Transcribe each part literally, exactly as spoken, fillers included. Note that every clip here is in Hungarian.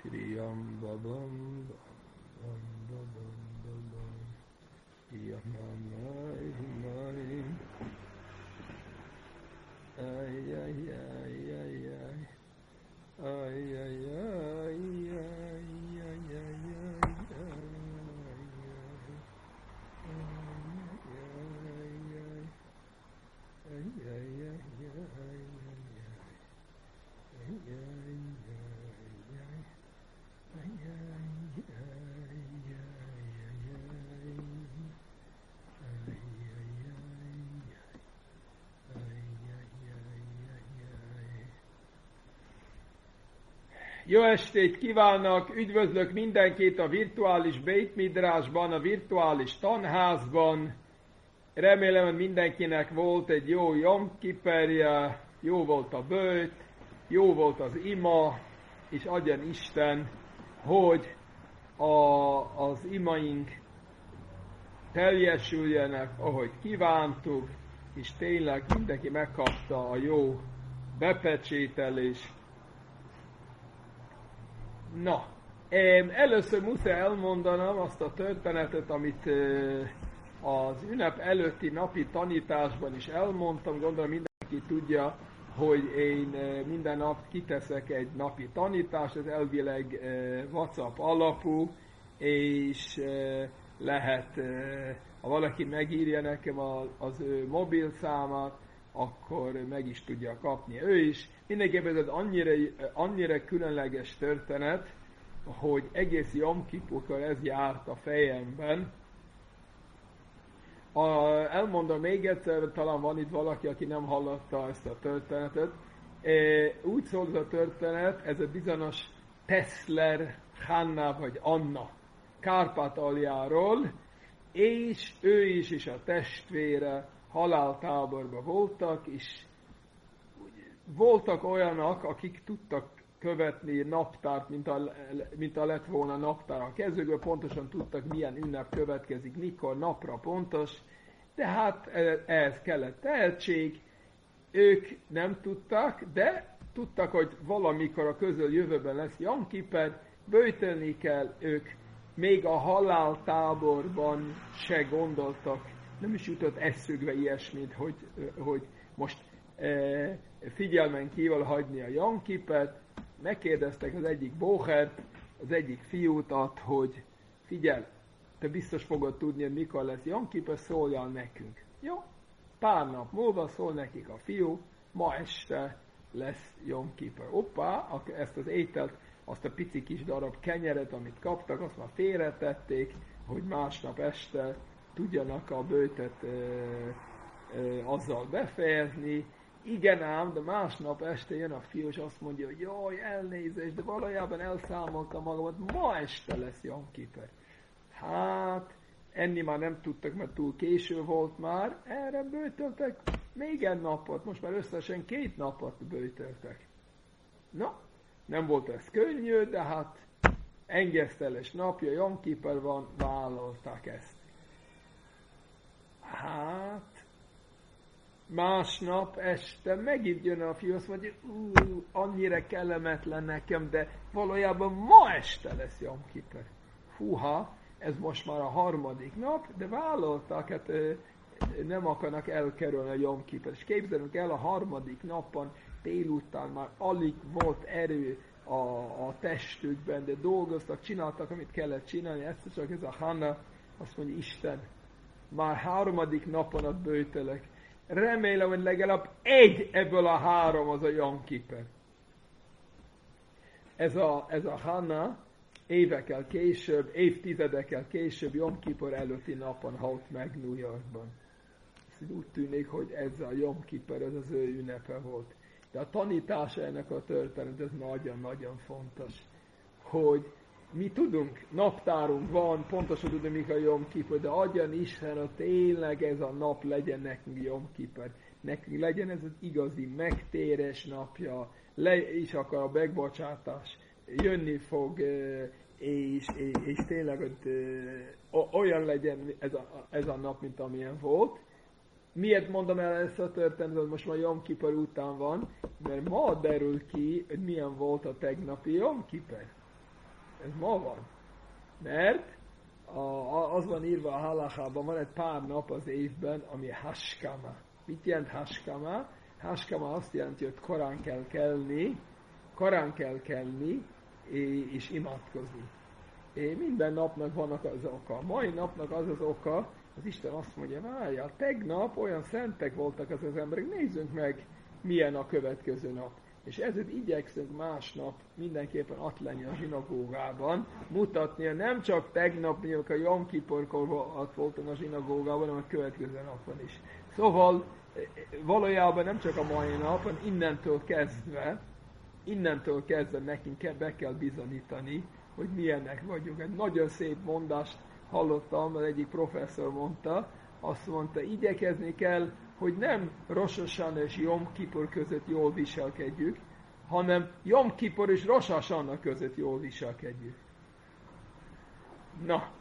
Triyam babam bam babam babam Yamamai mai Ay ay ay ay ay Ay ay ay ay ay ay Jó estét kívánok! Üdvözlök mindenkit a virtuális Beit Midrashban, a virtuális tanházban. Remélem, hogy mindenkinek volt egy jó Jom Kipperje, jó volt a bőjt, jó volt az ima, és adjon Isten, hogy a, az imaink teljesüljenek, ahogy kívántuk, és tényleg mindenki megkapta a jó bepecsételést. Na, először muszáj elmondanom azt a történetet, amit az ünnep előtti napi tanításban is elmondtam. Gondolom mindenki tudja, hogy én minden nap kiteszek egy napi tanítást, ez elvileg WhatsApp alapú, és lehet, ha valaki megírja nekem az ő mobilszámát, akkor meg is tudja kapni ő is. Mindenképpen ez annyira, annyira különleges történet, hogy egész Jom Kippurkor ez járt a fejemben. A, elmondom még egyszer, talán van itt valaki, aki nem hallotta ezt a történetet. E, úgy szól ez a történet, ez a bizonyos Teszler Hanna vagy Anna Kárpátaljáról, és ő is és a testvére haláltáborban voltak, és voltak olyanok, akik tudtak követni naptárt, mint a, mint a lett volna naptár a kezükből, pontosan tudtak, milyen ünnep következik, mikor, napra pontos, de hát ehhez kellett tehetség, ők nem tudtak, de tudtak, hogy valamikor a közeljövőben lesz Jom Kippur, böjtölni kell, ők még a haláltáborban se gondoltak, nem is jutott eszükbe ilyesmit, hogy, hogy most e, figyelmen kívül hagyni a Jom Kippurt. Megkérdeztek az egyik bóhert, az egyik fiútat, hogy figyelj, te biztos fogod tudni, hogy mikor lesz Jom Kippur, szóljál nekünk. Jó? Pár nap múlva szól nekik a fiú, ma este lesz Jom Kippur. Hoppá, ezt az ételt, azt a pici kis darab kenyeret, amit kaptak, azt már félretették, hogy másnap este tudjanak a böjtet e, e, azzal befejezni. Igen ám, de másnap este jön a fiú, és azt mondja, hogy jaj, elnézést, de valójában elszámoltam magamat, ma este lesz Jom Kippur. Hát, enni már nem tudtak, mert túl késő volt már, erre böjtöltek még egy napot, most már összesen két napot böjtöltek. Na, nem volt ez könnyű, de hát engeszteles napja, Jom Kippur van, vállalták ezt. Hát, másnap este megint jön a fiú, azt mondja, ú, annyira kellemetlen nekem, de valójában ma este lesz Jom Kippur. Húha, ez most már a harmadik nap, de vállalták, hát nem akarnak elkerülni a Jom Kippur. És képzelünk el, a harmadik napon, délután már alig volt erő a, a testükben, de dolgoztak, csináltak, amit kellett csinálni, ezt csak ez a Hanna, azt mondja, Isten, már harmadik napon ott böjtölök. Remélem, hogy legalább egy ebből a három az a Jom Kippur. Ez a, ez a Hanna évekkel később, évtizedekkel később, Jom Kippur előtti napon halt meg New Yorkban. Ez úgy tűnik, hogy ez a Jom Kippur, ez az ő ünnepe volt. De a tanítása ennek a történet, ez nagyon-nagyon fontos, hogy mi tudunk, naptárunk van, pontosan tudunk, mik a Jom Kippur, de adjan Isten, hogy tényleg ez a nap legyen nekünk Jom Kippur. Nekünk legyen ez az igazi megtérés napja, le is akar a megbocsátás, jönni fog, és, és, és tényleg hogy olyan legyen ez a, ez a nap, mint amilyen volt. Miért mondom el ezt a történetet, hogy most már Jom Kippur után van, mert ma derül ki, hogy milyen volt a tegnapi Jom Kippur. Ez ma van. Mert a, a, az van írva a halachában, van egy pár nap az évben, ami haskama. Mit jelent haskama? Haskama azt jelenti, hogy korán kell kelni, korán kell kelni, és imádkozni. És minden napnak vannak az oka. A mai napnak az az oka, az Isten azt mondja, várjál, tegnap olyan szentek voltak az az emberek, nézzünk meg, milyen a következő nap. És ezért igyekszünk másnap mindenképpen ott lenni a zsinagógában, mutatni, nem csak tegnap, mondjuk a Jom Kippurkor ott voltunk a zsinagógában, hanem a következő napon is. Szóval valójában nem csak a mai nap, hanem innentől kezdve, innentől kezdve nekünk be kell bizonyítani, hogy milyenek vagyunk. Egy nagyon szép mondást hallottam, az egyik professzor mondta, azt mondta, igyekezni kell, hogy nem Rosh Hashanah és Jom Kippur között jól viselkedjük, hanem Jom Kippur és Rosh Hashanah között jól viselkedjük. Na,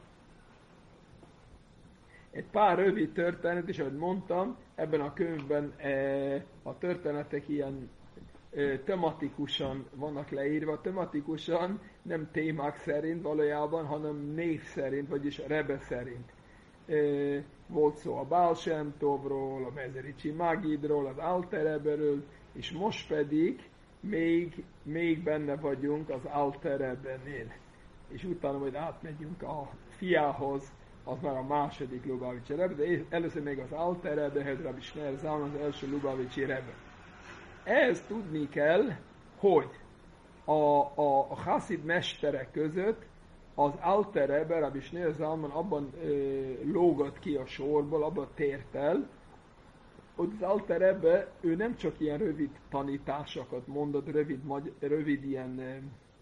egy pár rövid történet, és ahogy mondtam, ebben a könyvben e, a történetek ilyen e, tematikusan vannak leírva, tematikusan nem témák szerint valójában, hanem név szerint, vagyis a Rebbe szerint. E, volt szó a Baal Shem Tovról, a Mezericsi Magidról, az Alter Rebberől, és most pedig még, még benne vagyunk az Alter Rebbenél. És utána majd átmegyünk a fiához, az már a második Lubavitchi Rebbe, de először még az Alter Rebbehez, Rabbi Schneur Zalman, az első Lubavitchi Rebbe. Ehhez tudni kell, hogy a, a, a Hasid mesterek között az Alter Rebbe, Rabbi Schneur Zalman abban ö, lógott ki a sorból, abban tért el, hogy az Alter Rebbe, ő nem csak ilyen rövid tanításokat mondott, rövid, rövid ilyen ö,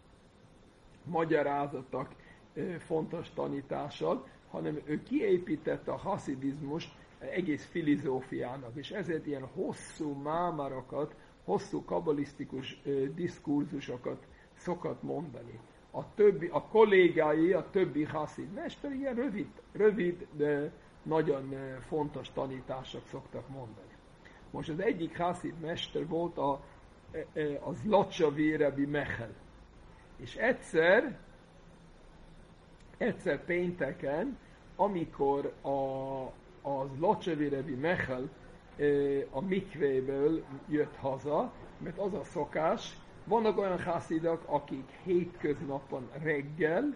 magyarázatok, ö, fontos tanítással, hanem ő kiépítette a haszidizmust egész filozófiának, és ezért ilyen hosszú mámarokat, hosszú kabalisztikus ö, diskurzusokat szokott mondani. A, többi, a kollégái, a többi haszid mester ilyen rövid, rövid, de nagyon fontos tanítások szoktak mondani. Most az egyik haszid mester volt a, az Locsavi Rabbi Mechel. És egyszer, egyszer pénteken, amikor a, az Locsavi Rabbi Mechel a mikvéből jött haza, mert az a szokás, vannak olyan haszidok, akik hétköznapon reggel,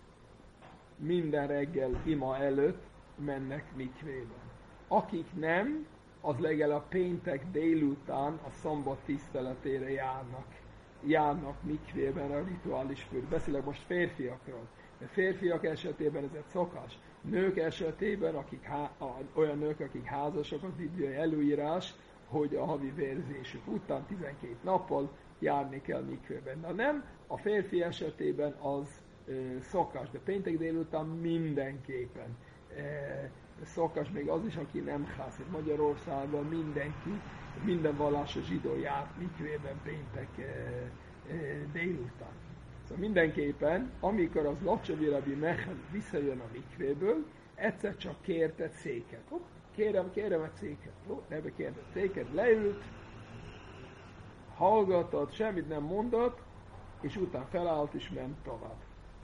minden reggel ima előtt mennek mikvébe. Akik nem, az legalább péntek délután a szombat tiszteletére járnak. Járnak mikvében a rituális fürt. Beszélek most férfiakról. De férfiak esetében ez egy szokás. Nők esetében, akik há- olyan nők, akik házasok, az bibliai előírás, hogy a havi vérzésük után tizenkét nappal járni kell mikvében. Na nem, a férfi esetében az e, szokás, de péntek délután mindenképpen e, szokás, még az is, aki nem hászít. Magyarországon mindenki, minden vallásos zsidó járt mikvében péntek e, e, délután. Szóval mindenképpen, amikor az Locsavi Rabbi Mechel visszajön a mikvéből, egyszer csak kért egy széket. Hopp, kérem, kérem egy széket. Hopp, ebbe kért egy széket, leült, hallgatott, semmit nem mondott, és utána felállt és ment tovább.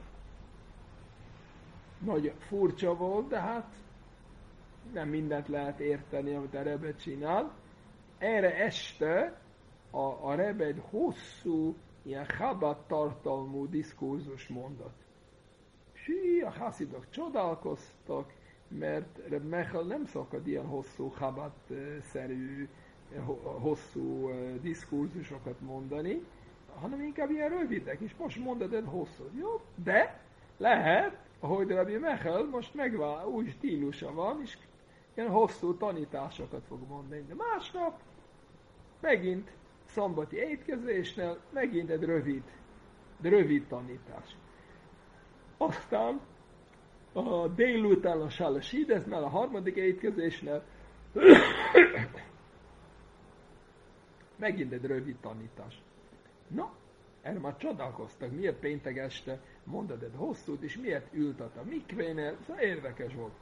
Nagy furcsa volt, de hát nem mindent lehet érteni, amit a Rebbe csinál. Erre este a, a Rebbe egy hosszú, ilyen Chabad tartalmú diskurzus mondott. Sí, a haszidok csodálkoztak, mert Rebbe Mechel nem szokott ilyen hosszú Chabad-szerű hosszú uh, diskurzusokat mondani, hanem inkább ilyen rövidek, és most mondod egy hosszú. Jó, de lehet, hogy Rabbi Mechel most megvál, új stílusa van, és ilyen hosszú tanításokat fog mondani. De másnap megint szombati étkezésnél megint egy rövid, de rövid tanítás. Aztán a délután a Sálasídeznál, a harmadik étkezésnél megint egy rövid tanítás. Na, erre már csodálkoztak, miért péntek este mondod egy hosszút, és miért ültet a mikvénél, szóval érdekes volt.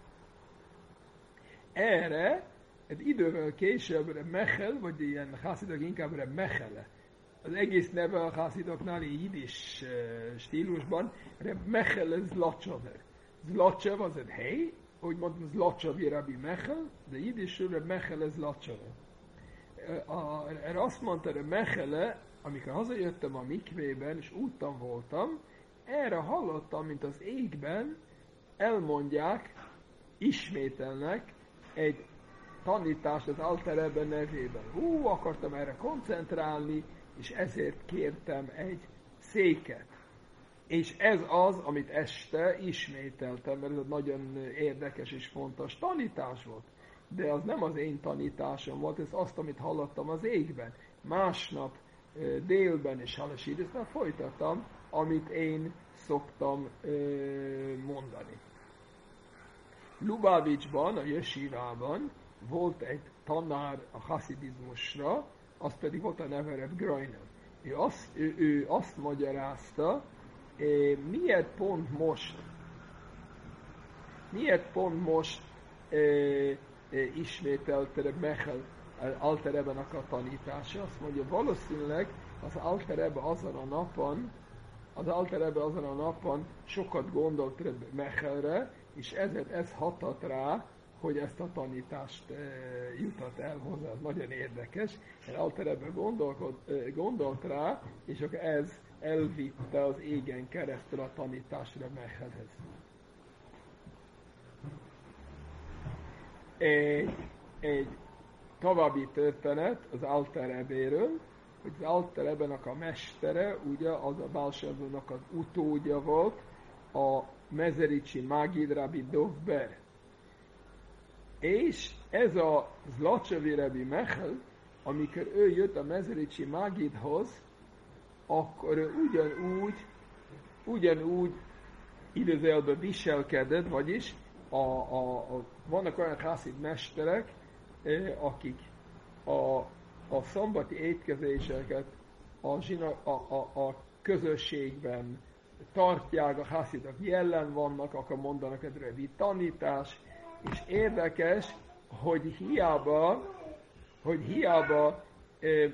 Erre egy idővel később Mechel, vagy ilyen hászidők inkább Mechele az egész neve a hászidoknál jiddis stílusban, Reb Mechel Zlacsaver. Zlacsav az egy hely, úgy mondtam, Zlacsavi Rabbi Mechel, de jiddisül Reb Mechel Zlacsaver. Erre azt mondta Reb Mechele, amikor hazajöttem a mikvében, és úton voltam, erre hallottam, mint az égben elmondják, ismételnek egy tanítást az Alter Rebbe nevében. Hú, akartam erre koncentrálni, és ezért kértem egy széket. És ez az, amit este ismételtem, mert ez egy nagyon érdekes és fontos tanítás volt. De az nem az én tanításom volt, ez azt, amit hallottam az égben. Másnap délben és halasideszben folytattam, amit én szoktam mondani. Lubavitchban, a jesivában volt egy tanár a haszidizmusra, az pedig volt a neve Reb Greiner. Ő azt, ő, ő azt magyarázta, miért pont most, miért pont most e, e, ismételte Reb Mechel Alter Rebbe-nek a tanítása. Azt mondja, valószínűleg az Alter Rebbe azon a napon, az Alter Rebbe azon a napon sokat gondolt Reb Mechelre, és ezért ez hatott rá, hogy ezt a tanítást e, jutott el hozzá. Ez nagyon érdekes. Mert Alter Rebbe e, gondolt rá, és akkor ez elvitte az égen keresztül a tanításra Mechelhez. Egy, egy további történet az Alter Rebéről, hogy az Alter Rebének a mestere, ugye az a Baal Shem Tovnak az utódja volt, a Mezericsi Magid Rabbi Dov Ber. És ez a Zlacsavi Rabbi Mechel, amikor ő jött a Mezericsi Magidhoz, akkor ő ugyanúgy, ugyanúgy idézőjelben viselkedett, vagyis a, a, a, vannak olyan hászid mesterek, eh, akik a, a szombati étkezéseket a, zsina, a, a, a közösségben tartják, a hászidok jelen vannak, akkor mondanak egy rövid tanítás, és érdekes, hogy hiába, hogy hiába eh,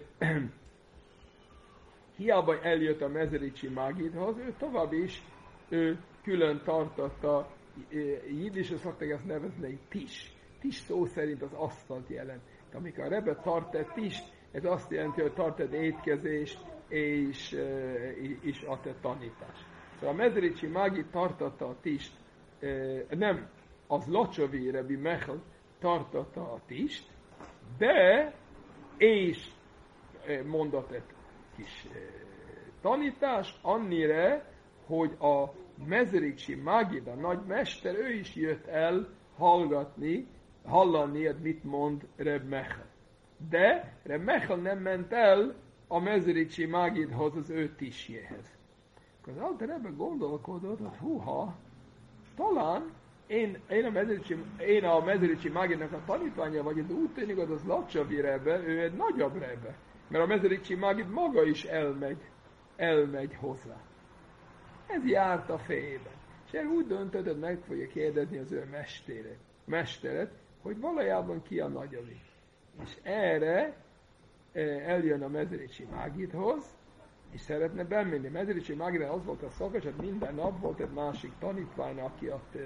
hiába eljött a Mezericsi Magidhoz, ő tovább is ő külön tartotta, jiddisre szokták ezt nevezni, egy tis. Tis szó szerint az asztalt jelent. De amikor a Rebbe tart egy tist, ez azt jelenti, hogy tart egy étkezést és, és ad egy tanítást. Szóval a Mezericsi Magid tartotta a tist, nem, az Lacsavi Rabbi Mechel tartotta a tist, de és mondott egy kis eh, tanítás, annyira, hogy a Mezericsi Magid, a nagy mester, ő is jött el hallgatni, hallani, mit mond Reb Mechel. De Reb Mechel nem ment el a Mezericsi Magidhoz, az ő tisjéhez. Akkor az Alter Rebbe gondolkodott, hogy húha, talán én, én a Mezericsi, én a Mezericsi Magidnak a tanítványa vagyok, de úgy tűnik, hogy az Lacsavi Rebbe, ő egy nagyobb Rebbe. Mert a Mezericsi Magid maga is elmegy, elmegy hozzá. Ez járt a fejében. És erre úgy döntött, hogy meg fogja kérdezni az ő mesteret, mesteret, hogy valójában ki a nagyobbik. És erre eljön a Mezericsi Magidhoz, és szeretne bemenni. Mezericsi Magidnál az volt a szokás, hogy minden nap volt egy másik tanítvány, aki ott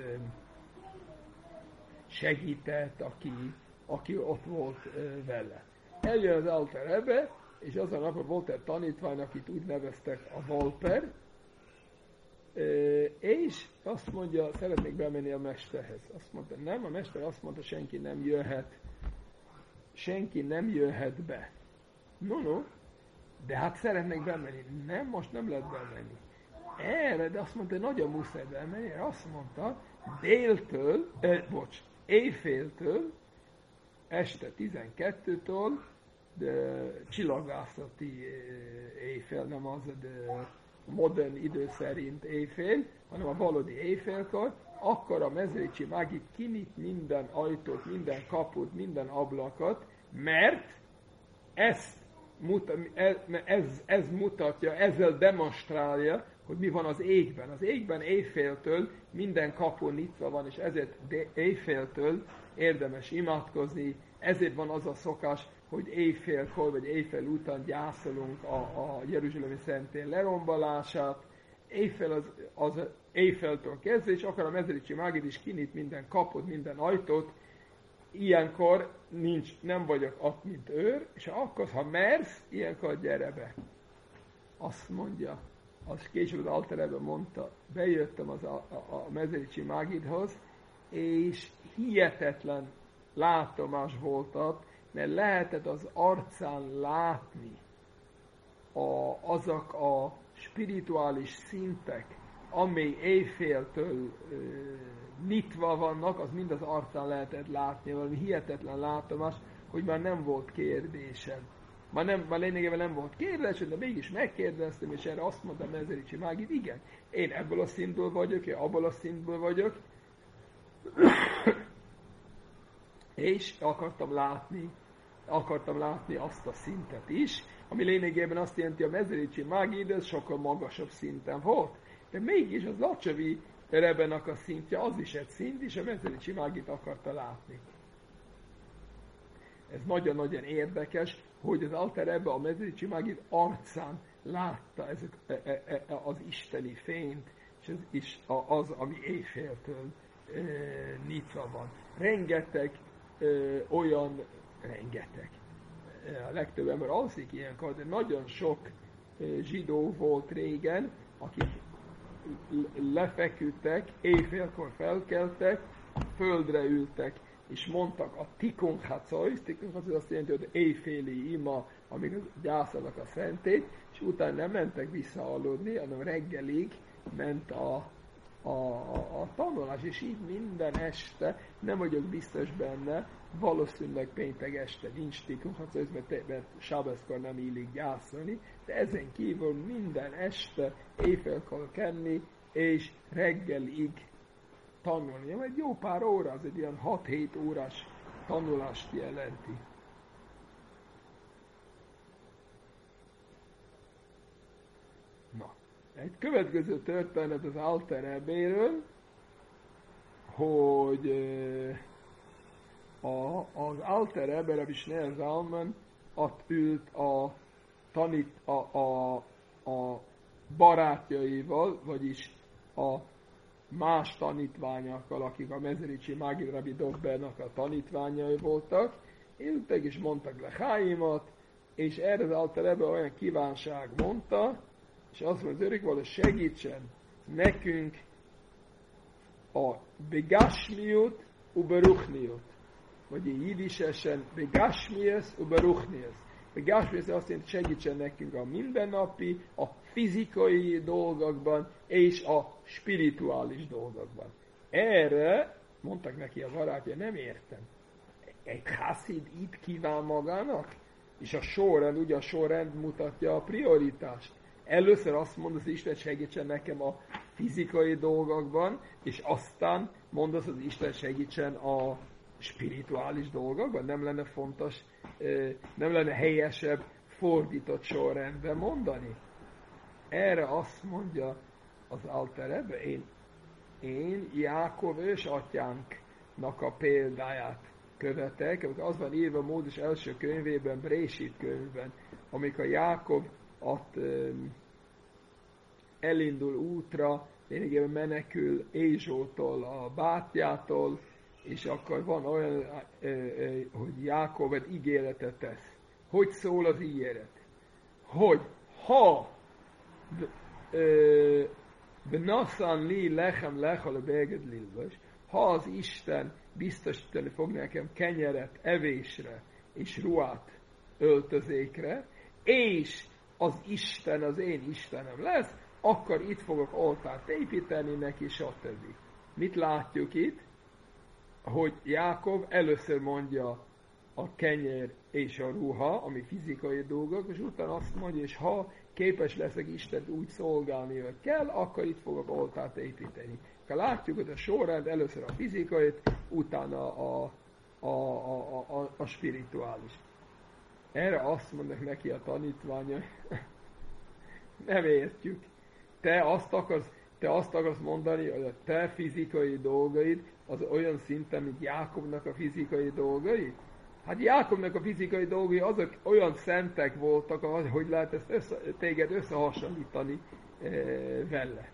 segített, aki, aki ott volt vele. Eljön az Alter Rebbe, és azon a napon volt egy tanítvány, akit úgy neveztek a Volper, és azt mondja, szeretnék bemenni a mesterhez. Azt mondta, nem, a mester azt mondta, senki nem jöhet, senki nem jöhet be. No, no, de hát szeretnék bemenni. Nem, most nem lehet bemenni. Erre, de azt mondta, nagyon muszáj bemenni, erre azt mondta, déltől, eh, bocs, éjféltől, este tizenkettőtől, de csillagászati éjfél, nem az de modern idő szerint éjfél, hanem a valódi éjfélkor, akkor a Mezericsi Magid kinyit minden ajtót, minden kaput, minden ablakot, mert ezt muta, ez, ez mutatja, ezzel demonstrálja, hogy mi van az égben. Az égben éjféltől minden kapu nyitva van, és ezért éjféltől érdemes imádkozni, ezért van az a szokás, hogy éjfélkor vagy éjfél után gyászolunk a, a Jeruzsálemi szentély lerombolását, éjfél az, az éjféltől kezdve, és akar a Mezericsi Mágid is kinyit minden kaput, minden ajtót, ilyenkor nincs, nem vagyok ott, mint őr, és akkor, ha mersz, ilyenkor gyere be. Azt mondja, az később az Alter Rebbe mondta, bejöttem az a, a, a Mezericsi Mágidhoz, és hihetetlen látomás volt ott, mert lehetett az arcán látni a, azok a spirituális szintek, amely éjféltől ö, nyitva vannak, az mind az arcán lehetett látni, valami hihetetlen látomás, hogy már nem volt kérdésem. Már, nem, már lényegében nem volt kérdésem, de mégis megkérdeztem, és erre azt mondta Mezericsi Mágid, igen, én ebből a szintből vagyok, én abból a szintből vagyok, és akartam látni, akartam látni azt a szintet is, ami lényegében azt jelenti, a Mezericsi Mágid, ez sokkal magasabb szinten volt. De mégis az Lacsavi Rebenek a szintje, az is egy szint, és a Mezericsi Mágid akarta látni. Ez nagyon-nagyon érdekes, hogy az Alter Rebbe a Mezericsi Mágid arcán látta ezek, e, e, e, az isteni fényt, és ez is az, ami éjféltől e, nyitva van. Rengeteg e, olyan, rengeteg. A legtöbb ember alszik ilyenkor, de nagyon sok e, zsidó volt régen, akik lefeküdtek, éjfélkor felkeltek, földre ültek, és mondtak a tikun hacois, tikun hacois azt jelenti, hogy éjféli ima, amíg gyászolnak a szentét, és utána nem mentek vissza aludni, hanem reggelig ment a, a, a, a tanulás, és így minden este, nem vagyok biztos benne, valószínűleg péntek este nincs tikun hacois, mert, mert sábeszkor nem illik gyászolni, de ezen kívül minden este éjfélkor kenni, és reggelig tanulni. Egy jó pár óra, az egy ilyen hat-hét órás tanulást jelenti. Na, egy következő történet az Alter Rebéről, hogy a, az Alter Rebbe, Rabbi Shneor Zalman ott ült a, tanít, a, a, a barátjaival, vagyis a más tanítványokkal, akik a Mezericsi Mágid Rabbi Dovbernak a tanítványai voltak, ültek és mondtak le Cháimot, és erre az Alter Rebbe olyan kívánság mondta, és azt mondja, az örökvaló segítsen nekünk a begashmiut uberuchniut, vagy így jidisesen begashmius uberuchnius. Begashmius azt jelenti, segítsen nekünk a mindennapi, a fizikai dolgokban és a spirituális dolgokban. Erre mondtak neki a barátja, nem értem. Egy haszid itt kíván magának? És a sorrend, ugye a sorrend mutatja a prioritást. Először azt mondasz, hogy Isten segítsen nekem a fizikai dolgokban, és aztán mondasz, hogy Isten segítsen a spirituális dolgokban. Nem lenne fontos, nem lenne helyesebb fordított sorrendben mondani? Erre azt mondja az Alter Rebbe, én, én Jákov ős atyánknak a példáját követek, amikor az van írva Mózes első könyvében, Brésit könyvben, amikor Jákov ott um, elindul útra, lényegében menekül Ézsótól, a bátyjától, és akkor van olyan, hogy Jákov egy ígéretet tesz. Hogy szól az ígéret? Hogy ha B'nassan li lechem lechal a beged lilvas, ha az Isten biztosítani fog nekem kenyeret evésre és ruhát öltözékre, és az Isten az én Istenem lesz, akkor itt fogok oltárt építeni neki, stb. Mit látjuk itt? Hogy Jákov először mondja a kenyér és a ruha, ami fizikai dolgok, és utána azt mondja, és ha képes leszek Istent úgy szolgálni, hogy kell, akkor itt fogok oltárt építeni. Ha látjuk, hogy a sorrend először a fizikait, utána a, a, a, a, a spirituális. Erre azt mondnak neki a tanítványa, nem értjük. Te azt akarsz, te azt akarsz mondani, hogy a te fizikai dolgaid az olyan szinten, mint Jákobnak a fizikai dolgai? Hát Jákobnak a fizikai dolgai azok olyan szentek voltak, hogy lehet ezt össze, téged összehasonlítani e, vele.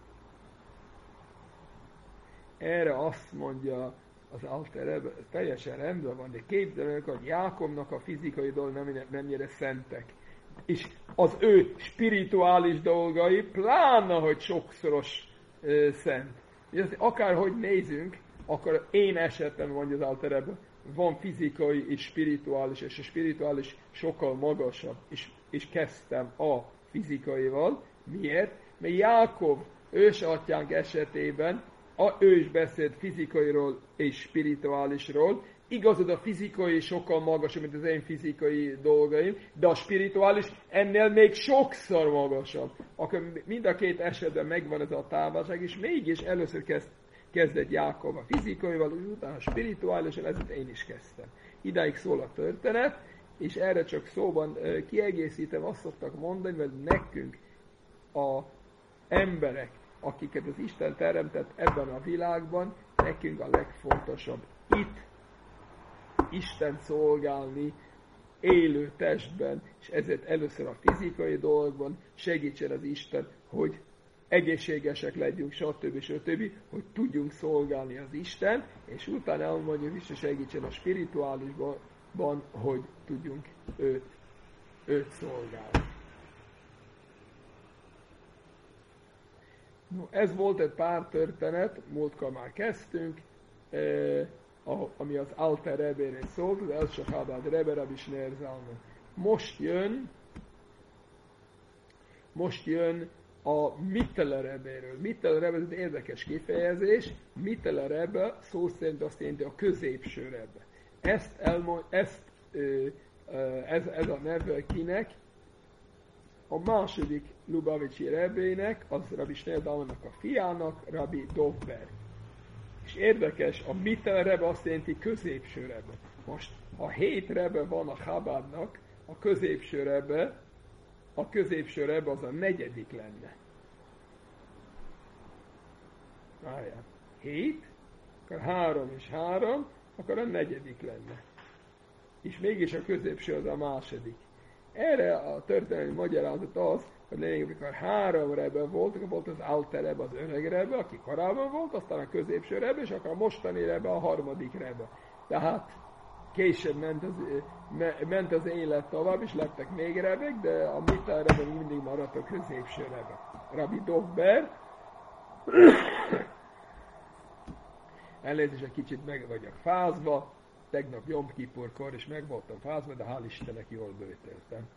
Erre azt mondja az Alter Rebbe, teljesen rendben van, de képzeljük, hogy Jákobnak a fizikai dolgai nem, mennyire szentek. És az ő spirituális dolgai, pláne, hogy sokszoros e, szent. És azt, akárhogy nézünk, akkor én esetem, mondja az Alter Rebbe, van fizikai és spirituális, és a spirituális sokkal magasabb, és, és kezdtem a fizikaival. Miért? Mert Jákob ősatyánk esetében a, ő is beszélt fizikairól és spirituálisról. Igazad, a fizikai sokkal magasabb, mint az én fizikai dolgaim, de a spirituális ennél még sokszor magasabb. Akkor mind a két esetben megvan ez a távolság, és mégis először kezd kezdett Jákob a fizikaival, és utána a spirituálisan, ezért én is kezdtem. Idáig szól a történet, és erre csak szóban kiegészítem, azt szoktak mondani, hogy nekünk a emberek, akiket az Isten teremtett ebben a világban, nekünk a legfontosabb itt Isten szolgálni élő testben, és ezért először a fizikai dolgokban segítsen az Isten, hogy egészségesek legyünk, stb. stb., hogy tudjunk szolgálni az Isten, és utána elmondjuk, Isten segítsen a spirituálisban, hogy tudjunk őt, őt szolgálni. No, ez volt egy pár történet, múltkor már kezdtünk, eh, ami az Alter Rebbe-ről szólt, az első Chabad Rebbe, Rabbi Shneor Zalman. Most jön, most jön a Mittler Rebbe-ről. Mittler Rebbe ez egy érdekes kifejezés. Mittler Rebbe szó szerint azt jelenti a középső Rebbe. Ezt, elmond, ezt ez, ez a neve kinek? A második Lubavitchi Rebbe-nek, az Rabbi Shneor Zalmannak a fiának, Rabbi Dovber. És érdekes, a Mittler Rebbe azt jelenti középső Rebbe. Most, ha hét Rebbe van a Chabadnak, a középső Rebbe, a középső Rebbe az a negyedik lenne. Várjál. Hét, akkor három és három, akkor a negyedik lenne. És mégis a középső az a második. Erre a történelmi magyarázat az, hogy lényegében, amikor három Rebbe volt, akkor volt az Alter Rebbe, az öreg Rebbe, aki korábban volt, aztán a középső Rebbe, és akkor a mostani Rebbe a harmadik Rebbe. Tehát később ment az, ment az élet tovább, és lettek még Rebbek, de a Mittler Rebbe mindig maradt a középső Rebbe. Rabbi Dovber, elnézést, egy kicsit meg vagyok fázva, tegnap Jom Kippurkor is meg voltam fázva, de hál' Istennek jól bőtöltem.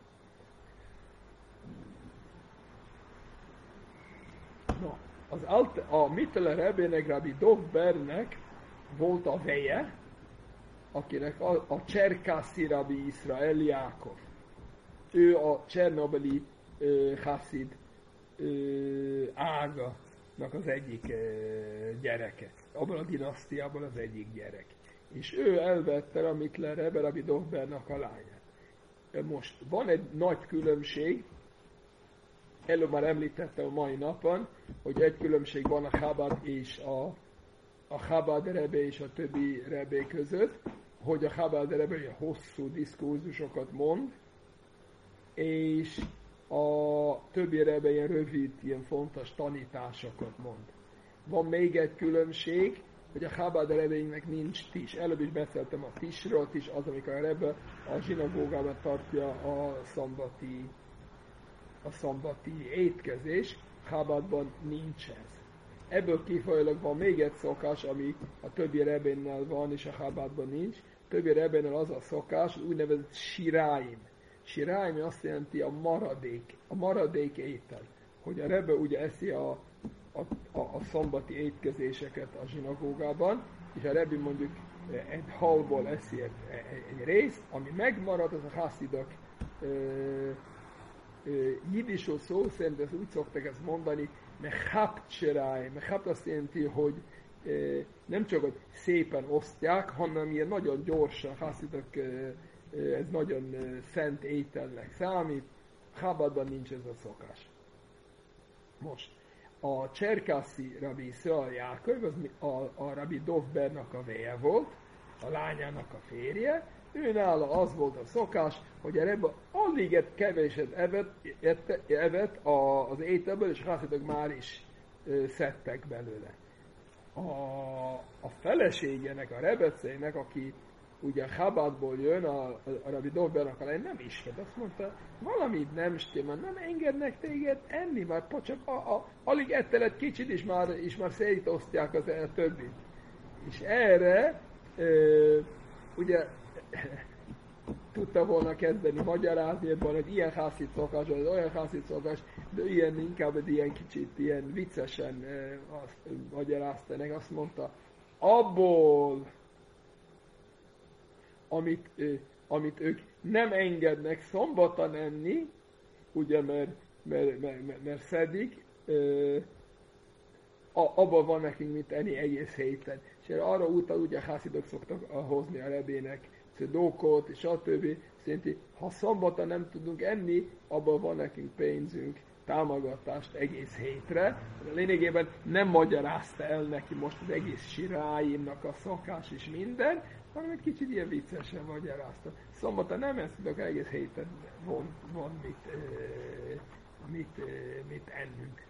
No, az alt, a Mittler Rebbe-nek, Rabbi Dovbernek volt a veje, akinek a, a Cserkászi Rabbi Israel Jákov. Ő a Csernobili uh, Hasid uh, áganak az egyik uh, gyereke. Abban a dinasztiában az egyik gyerek. És ő elvette a Mittler Rebbe, Rabbi Dovbernak a lányát. Most van egy nagy különbség, előbb már említettem a mai napon, hogy egy különbség van a Chabad és a, a Chabad Rebbe és a többi Rebbe között, hogy a Chabad Rebbe hosszú diszkurzusokat mond, és a többi Rebbe ilyen rövid, ilyen fontos tanításokat mond. Van még egy különbség, hogy a Chabad Rebbe-inknek nincs tis. Előbb is beszéltem a tisről, tis az, amikor a Rebbe a zsinagógában tartja a szambati, a szambati étkezés, Chabadban nincs ez. Ebből kifolyólag van még egy szokás, ami a többi Rebbe-nél van, és a Chabadban nincs. A többi Rebbe-nél az a szokás, úgynevezett siráim. Siráim azt jelenti a maradék, a maradék étel. Hogy a Rebbe ugye eszi a A, a, a szombati étkezéseket a zsinagógában, és a Rebbi mondjuk egy halból eszi egy, egy, egy részt, ami megmarad, az a haszidok jidisul szó szerint, ezt úgy szoktak ezt mondani, mechapcseráj, mechap azt jelenti, hogy e, nem csak hogy szépen osztják, hanem ilyen nagyon gyorsan, haszidok, e, ez nagyon szent ételnek számít, Chabadban nincs ez a szokás. Most a Cserkászi Rabbi Israel Jákov, az a, a Rabbi Dovbernak a veje volt, a lányának a férje, ő nála az volt a szokás, hogy a Rebbe alig keveset evett, evett az ételből, és Hasidok már is ö, szedtek belőle. A, a feleségének, a Rebecének, aki ugye Chabadból jön, a, a, a Rabbi Dov Bernek a lány nem ismert. Azt mondta, valamit nem stimmel, nem engednek téged enni, már csak a, a, alig ettel egy kicsit, és már, és már szétosztják az a többit. És erre ö, ugye tudta volna kezdeni magyarázni, ebben egy ilyen hászít szokás, vagy olyan hászít szokás, de ilyen, inkább egy ilyen kicsit, ilyen viccesen ö, azt ö, magyarázta neki, azt mondta, abból, amit, ö, amit ők nem engednek szombaton enni, ugye, mert, mert, mert, mert, mert szedik, ö, abban van nekünk mit enni egész héten. És arra utal, ugye a hászidok szoktak hozni a Rebének cedókot, és a többi. Szerinti, ha szombaton nem tudunk enni, abban van nekünk pénzünk, támogatást egész hétre. Lényegében nem magyarázta el neki most az egész siráimnak a szokás és minden, hanem egy kicsit ilyen viccesen magyarázta. Szombaton nem ezt tudok, egész héten van, van mit, mit, mit ennünk.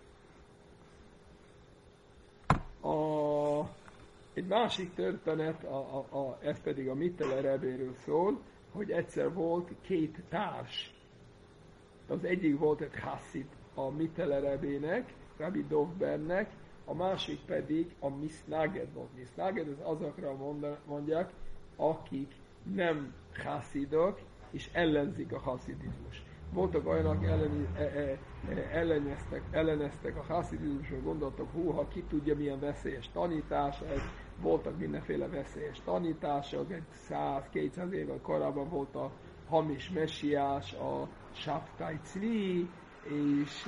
A, egy másik történet, a, a, a, ez pedig a Mittele Rebéről szól, hogy egyszer volt két társ. Az egyik volt egy Hasszid a Mittele Rebének, Rabbi Dov Bernek, a másik pedig a Misnaged volt. Misnaged az azokra mondják, akik nem Hasszidok, és ellenzik a hasszidizmus. Voltak olyanok, ellen, e, e, elleneztek, elleneztek a hasszidizmusról, gondoltak, húha, ki tudja milyen veszélyes tanítás ez, voltak mindenféle veszélyes tanítások, egy száz-kétszáz évvel korábban volt a hamis messiás, a Shabtai Tzvi, és,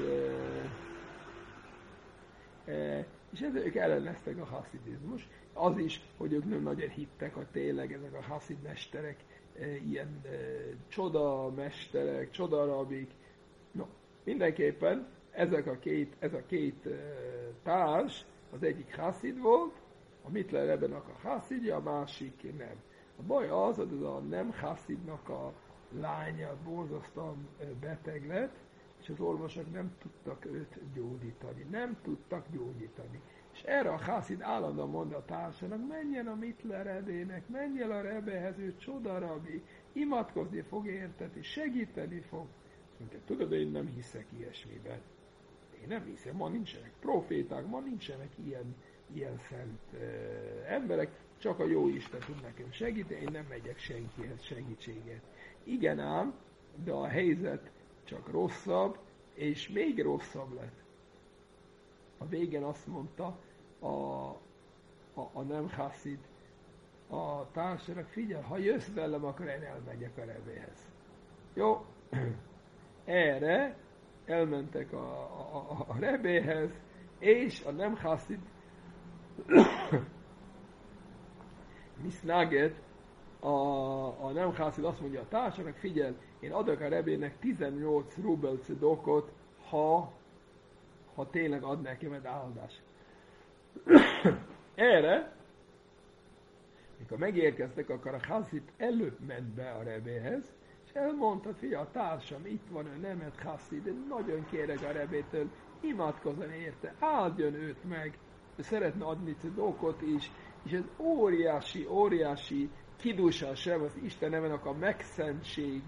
e, e, és ezek ők elleneztek a hasszidizmus. Az is, hogy ők nem nagyon hittek, a tényleg ezek a hasszid mesterek, ilyen e, csoda mesterek, csoda rabik. No, mindenképpen ezek a két, ez a két e, társ, az egyik hasszid volt, a Mittler Rebbenek a hasszidja, a másik nem. A baj az, hogy ez a nem hasszidnak a lánya borzasztóan beteg lett, és az orvosok nem tudtak őt gyógyítani. Nem tudtak gyógyítani. És erre a hasszid állandóan mondta a társának, menjen a Mittler Rebének, menjen a Rebehez, ő csoda rabi, imádkozni fog érted, és segíteni fog. Mondja, tudod, én nem hiszek ilyesmiben. Én nem hiszem, ma nincsenek proféták, ma nincsenek ilyen, ilyen szent uh, emberek, csak a jó Isten tud nekem segíteni, én nem megyek senkihez segítséget. Igen ám, de a helyzet csak rosszabb, és még rosszabb lett. A végén azt mondta a, a, a nem hasszid a társának, figyelj, ha jössz velem, akkor én elmegyek a Rebéhez. Jó? Erre elmentek a, a, a, a Rebéhez, és a nem hasszid Misnaged, a, a nem hasszid azt mondja a társának, figyelj, én adok a Rebének tizennyolc rubel cedokot, ha ha tényleg ad nekem egy áldás. Erre, mikor megérkeztek, akkor a hasszid előbb ment be a Rebéhez, és elmondta, figyelj, a társam itt van, ő nem egy hasszid, de nagyon kérek a Rebétől, imádkozzon érte, áldjon őt meg, ő szeretne adni cedokot is, és ez óriási, óriási kidusa sem, az Isten nevenek a megszentség,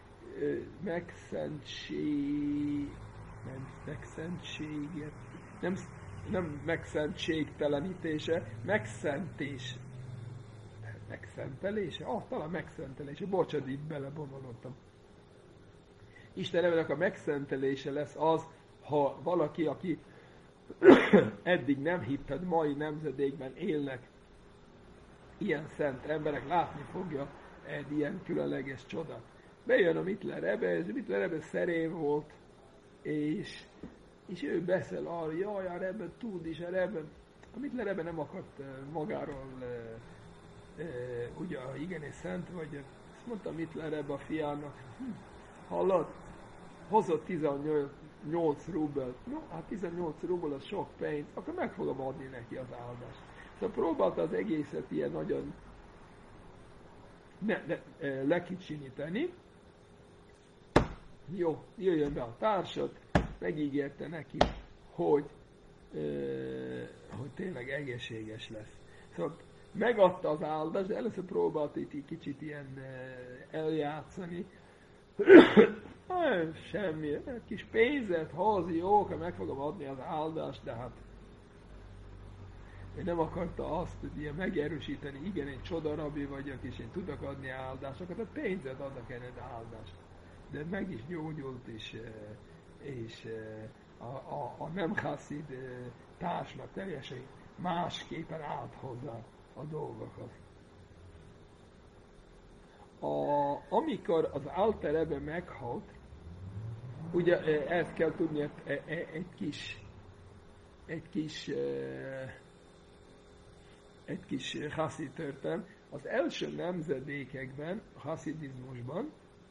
megszentség, nem megszentséget, nem, nem megszentségtelenítése, megszentés, megszentelése, ah, talán megszentelése, bocsánat, itt belebomolottam. Isten nevének a megszentelése lesz az, ha valaki, aki eddig nem hitted, mai nemzedékben élnek ilyen szent emberek, látni fogja egy ilyen különleges csodát. Bejön a Mittler Rebbe, és a Mittler Rebbe szerény volt, és, és ő beszél arra, jaj, a Rebbe tud is, a Rebbe, a Mittler Rebbe nem akart magáról, e, e, ugye, igen, és szent vagy, azt mondta Mittler Rebbe a fiának, hm, hallod, hozott tizennyolc rubelt, no, hát tizennyolc rubel az sok pénz, akkor meg fogom adni neki az áldást. Szóval próbálta az egészet ilyen nagyon ne, ne, lekicsinyíteni. Jó, jöjjön be a társat, megígérte neki, hogy, e, hogy tényleg egészséges lesz. Szóval megadta az áldást, de először próbált itt kicsit ilyen eljátszani. Semmi, egy kis pénzet, hazi jók, meg fogom adni az áldást, de hát ő nem akarta azt, hogy ilyen megerősíteni, igen, én csodarabi vagyok, és én tudok adni áldásokat, tehát pénzet adnak ennek áldást. De meg is gyógyult, és, és a, a, a nem haszid társnak teljesen másképpen állt hozzá a dolgokat. A, amikor az Alter Rebbe meghalt, ugye ezt kell tudni, egy, egy kis egy kis egy kis haszid történet. Az első nemzedékekben, a haszidizmusban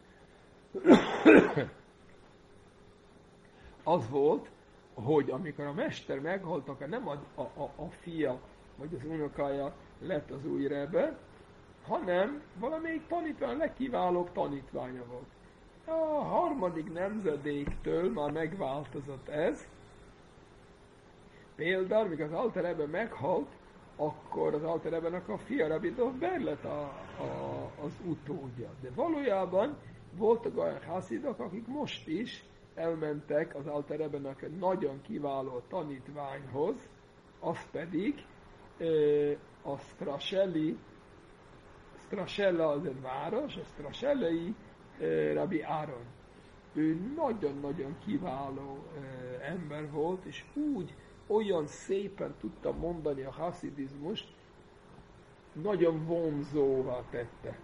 az volt, hogy amikor a mester meghalt, akkor nem a, a, a, a fia vagy az unokája lett az új rebbe, hanem valamelyik tanítvány, a legkiválóbb tanítványa volt. A harmadik nemzedéktől már megváltozott ez. Például, mikor az Alter Rebbe meghalt, akkor az Alter Rebbenek a fia Rabbi Dov Ber lett a, a, az utódja. De valójában voltak olyan haszidok, akik most is elmentek az Alter Rebbenek nagyon kiváló tanítványhoz, az pedig e, a Strashelli, Strashella az egy város, a Strashellei e, Rabbi Áron. Ő nagyon-nagyon kiváló e, ember volt, és úgy olyan szépen tudta mondani a haszidizmust, nagyon vonzóvá tette.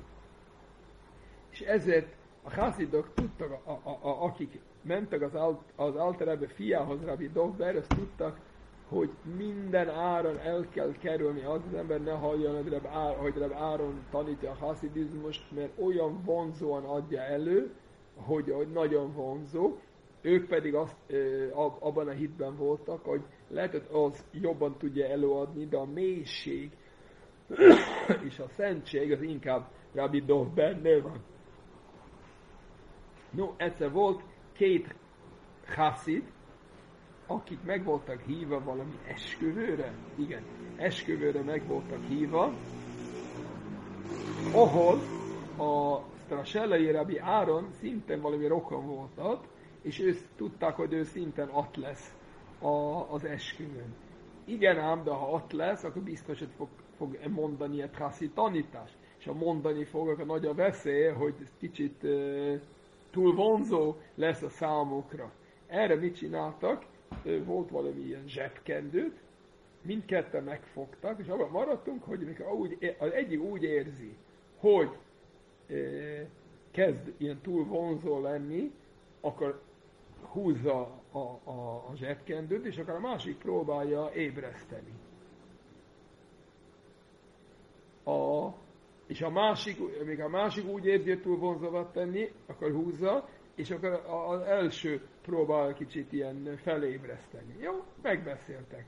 És ezért a haszidok tudtak, a, a, a, akik mentek az, Alt, az Alter Rebbe fiához, Rabbi Dov Ber, azt tudtak, hogy minden áron el kell kerülni, az az ember ne halljon, hogy Rabbi Áron, Áron tanítja a haszidizmust, mert olyan vonzóan adja elő, hogy, hogy nagyon vonzó. Ők pedig azt, abban a hitben voltak, hogy lehet, hogy az jobban tudja előadni, de a mélység és a szentség az inkább Rabbi Dov Bernél van. No, egyszer volt két haszid, akik meg voltak hívva valami esküvőre, igen, esküvőre meg voltak hívva, ahol a Strashellei Rabbi Áron szintén valami rokon volt ott, és ők tudták, hogy ő szinten ott lesz a, az esküvőn. Igen ám, de ha ott lesz, akkor biztos, hogy fog, fog mondani egy haszid tanítást. És ha mondani fog, akkor nagy a veszély, hogy ez kicsit uh, túl vonzó lesz a számukra. Erre mit csináltak? Volt valami ilyen zsebkendőt, mindketten megfogtak, és abban maradtunk, hogy mikor úgy, az egyik úgy érzi, hogy uh, kezd ilyen túl vonzó lenni, akkor húzza a, a, a zsebkendőt, és akkor a másik próbálja ébreszteni. A, és a másik, még a másik úgy érzi, hogy túl vonzóvá tenni, akkor húzza, és akkor az első próbál kicsit ilyen felébreszteni. Jó, megbeszéltek.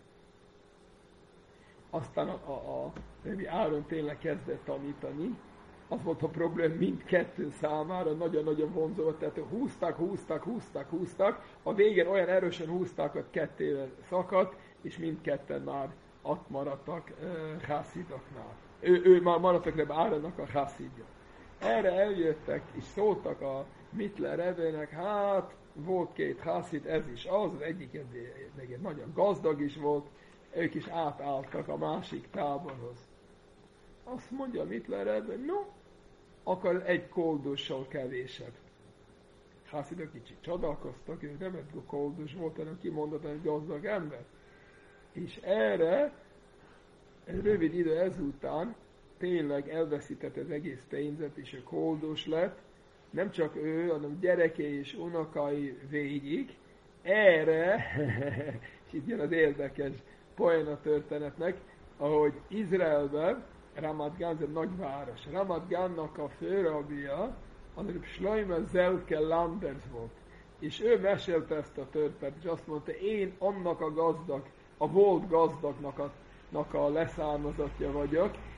Aztán a, a, a Áron tényleg kezdett tanítani. Az volt a problém mindkettő számára, nagyon-nagyon vonzó, tehát húztak, húztak, húztak, húztak, a végén olyan erősen húztak, hogy kettőre szakadt, és mindketten már ott maradtak uh, hászidoknál. Ő, ő már maradtak le Áronnak a hászidja. Erre eljöttek, és szóltak a Mittler Rebének, hát volt két hászid, ez is az, az egyik egy nagyon gazdag is volt, ők is átálltak a másik táborhoz. Azt mondja Mittler Rebbe, no, akkor egy koldussal kevésebb. Hászidok kicsit csodálkoztak, ő nem egy koldus volt, hanem kimondottan egy gazdag ember. És erre, egy rövid idő ezután tényleg elveszítette az egész pénzet, és a koldus lett, nem csak ő, hanem gyerekei és unokai végig. Erre, és itt jön az érdekes poén a történetnek, ahogy Izraelben Ramat Gan egy nagy város. Ramat Gannak a főrabija, az Shlomo Zelke Landers volt. És ő mesélte ezt a történetet, és azt mondta, én annak a gazdag, a volt gazdagnak a, a leszármazottja vagyok,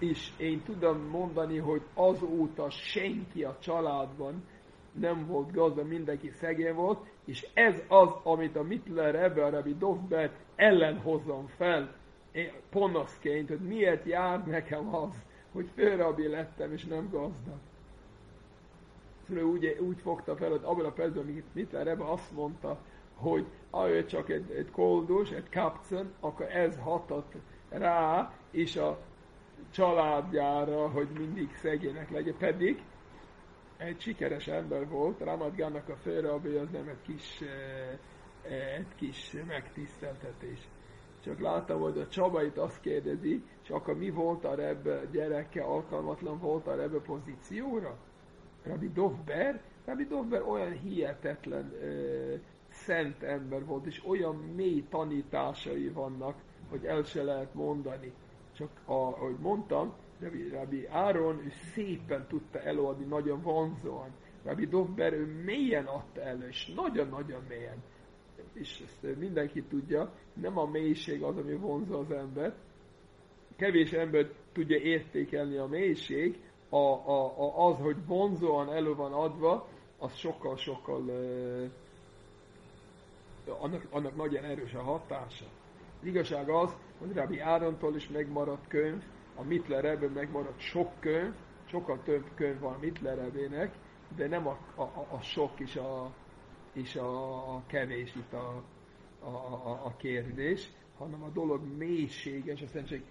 és én tudom mondani, hogy azóta senki a családban nem volt gazdag, mindenki szegény volt, és ez az, amit a Mittler Rebbe, a Rabbi Dovber ellen hozzam fel, panaszként, hogy miért jár nekem az, hogy főrabbi lettem, és nem gazdag. Szóval úgy, úgy fogta fel, hogy abban a percben, amit Mittler Rebbe azt mondta, hogy ahogy csak egy, egy koldus, egy kapcen, akkor ez hatott rá, és a családjára, hogy mindig szegények legyen. Pedig egy sikeres ember volt, Ramat Gannak a főrabbi, az nem egy kis, egy kis megtiszteltetés. Csak láttam, hogy a Csaba itt azt kérdezi, és akkor mi volt a Rebbe gyereke, alkalmatlan volt a Rebbe pozícióra? Rabbi Dovber? Rabbi Dovber olyan hihetetlen uh, szent ember volt, és olyan mély tanításai vannak, hogy el se lehet mondani. Csak a, ahogy mondtam, Rabbi, Rabbi Áron, ő szépen tudta előadni, nagyon vonzóan. Rabbi Dovber, ő mélyen adta elő, és nagyon-nagyon mélyen. És ezt mindenki tudja, nem a mélység az, ami vonzza az ember. Kevés ember tudja értékelni a mélység, a, a, a, az, hogy vonzóan elő van adva, az sokkal-sokkal uh, annak, annak nagyon erős a hatása. Az igazság az, hogy Rabbi Árontól is megmaradt könyv, a Mittler Rebbe megmaradt sok könyv, sokkal több könyv van a Mittler Rebbének, de nem a, a, a sok és a, és a, a kevés itt a, a, a, a kérdés, hanem a dolog mélységes, a szentség.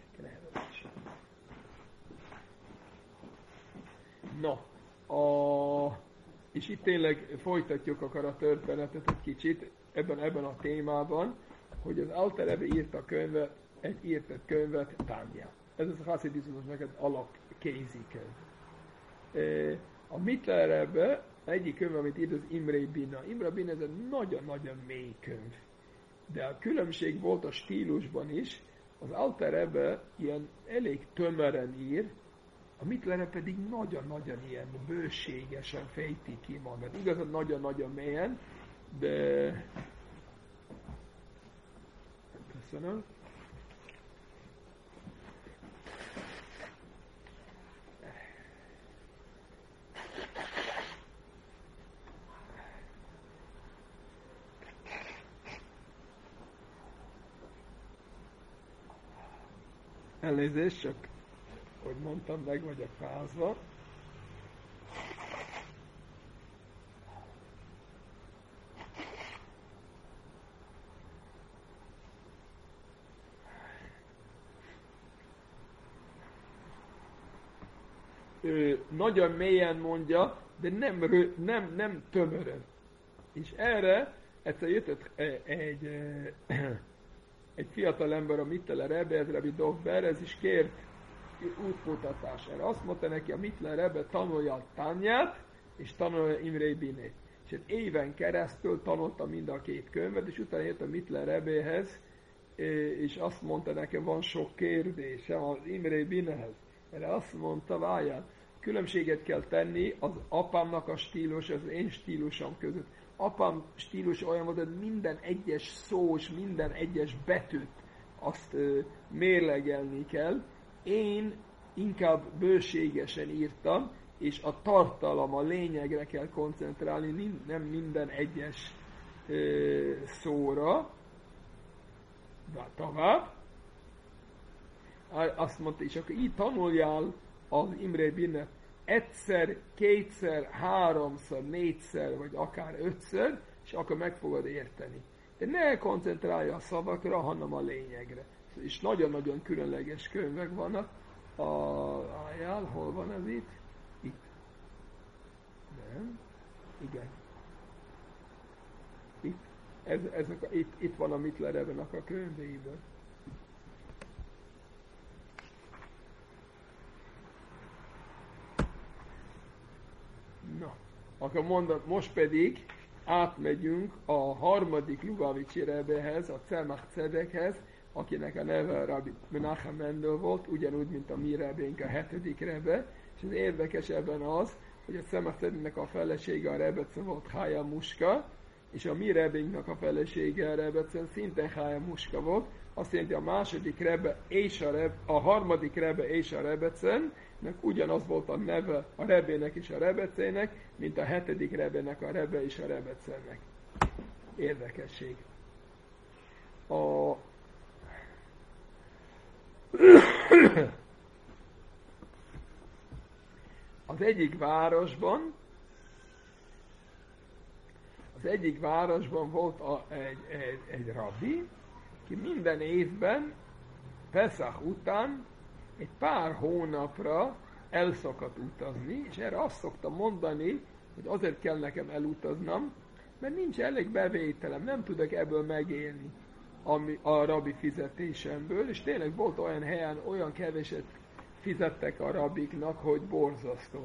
No, a, és itt tényleg folytatjuk akar a történetet egy kicsit ebben, ebben a témában, hogy az Alter Rebbe írt a könyvet, egy írt egy könyvet, Tanya. Ez az a haszidizmusnak egy alapkézikönyv. A Mittler Rebbe egyik könyv, amit írt, az Imre Bina. Imre Bina ez egy nagyon-nagyon mély könyv. De a különbség volt a stílusban is, az Alter Rebbe ilyen elég tömören ír, a Mittler Rebbe pedig nagyon-nagyon ilyen bőségesen fejti ki magát. Igazán nagyon-nagyon mélyen, de... Köszönöm. Elnézést, csak, hogy mondtam, meg vagyok fázva. Ő nagyon mélyen mondja, de nem, nem, nem tömören. És erre egyszer jött egy, egy egy fiatal ember a Mittler Rebbe, ez Rabbi Dovber, ez is kért útmutatás. Erre azt mondta neki, a Mittler Rebbe tanulja a Tanyát, és tanulja Imre Binét. És egy éven keresztül tanulta mind a két könyvet, és utána jött a Mittler Rebbehez, és azt mondta nekem, van sok kérdésem az Imre Binehez. Erre azt mondta, várjál, különbséget kell tenni az apámnak a stílus, az én stílusom között. Apám stílus olyan volt, hogy minden egyes szó és minden egyes betűt azt ö, mérlegelni kell. Én inkább bőségesen írtam, és a tartalom, a lényegre kell koncentrálni, nem minden egyes ö, szóra. De tovább. Azt mondta, és akkor így tanuljál az Imre Binet egyszer, kétszer, háromszor, négyszer, vagy akár ötször, és akkor meg fogod érteni. De ne koncentrálj a szavakra, hanem a lényegre. És nagyon-nagyon különleges könyvek vannak. A, álljál, hol van ez itt? Itt. Nem? Igen. Itt. Ez, ezek a, itt, itt van a Mittler Rebbe-nak a könyveiből. Na, akkor mondom, most pedig átmegyünk a harmadik Lubavitchi Rebbehez, a Tzemach Tzedekhez, akinek a neve Rabbi Menachem Mendel volt, ugyanúgy, mint a mi Rebbénk, a hetedik Rebbe, és az érdekes ebben az, hogy a Tzemach Tzedeknek a felesége a Rebbetzin volt Chaya Muska, és a mi Rebbénknek a felesége a Rebbetzin szintén Chaya Muska volt, azt jelenti a második Rebbe és a, Rebbe, a harmadik Rebbe és a Rebbecennek ugyanaz volt a neve a Rebének és a Rebbecének, mint a hetedik Rebének a Rebbe és a Rebbecennek. Érdekesség. A az egyik városban az egyik városban volt a, egy, egy, egy rabbi, ki minden évben Peszach után egy pár hónapra el szokott utazni, és erre azt szoktam mondani, hogy azért kell nekem elutaznom, mert nincs elég bevételem, nem tudok ebből megélni ami a rabbi fizetésemből, és tényleg volt olyan helyen, olyan keveset fizettek a rabbiknak, hogy borzasztó.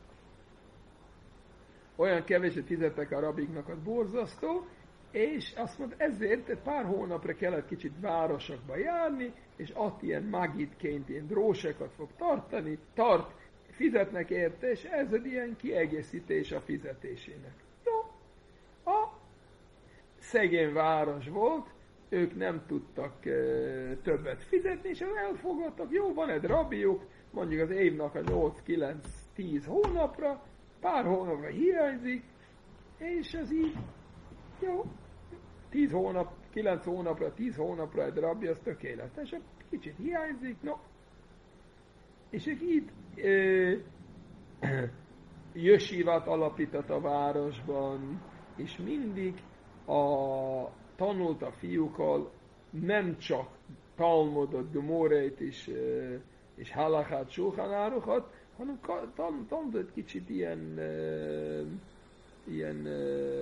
Olyan keveset fizettek a rabbiknak, hogy borzasztó, és azt mondta, ezért egy pár hónapra kellett kicsit városokba járni, és ott ilyen magidként, ilyen drósekat fog tartani, tart, fizetnek érte, és ez egy ilyen kiegészítés a fizetésének. Jó, a szegény város volt, ők nem tudtak e, többet fizetni, és elfogadtak, jó, van egy rabbiuk, mondjuk az évnak a nyolc kilenc tíz hónapra, pár hónapra hiányzik, és ez így, jó, tíz hónap, kilenc hónapra, tíz hónapra egy rabbi, az tökéletes, kicsit hiányzik, no. És ők így e, jesivát alapított a városban, és mindig a tanult a fiúkkal nem csak Talmudot, Gemóreit és, és Halachát, Shulchan Aruchat, hanem tanult egy kicsit ilyen, ilyen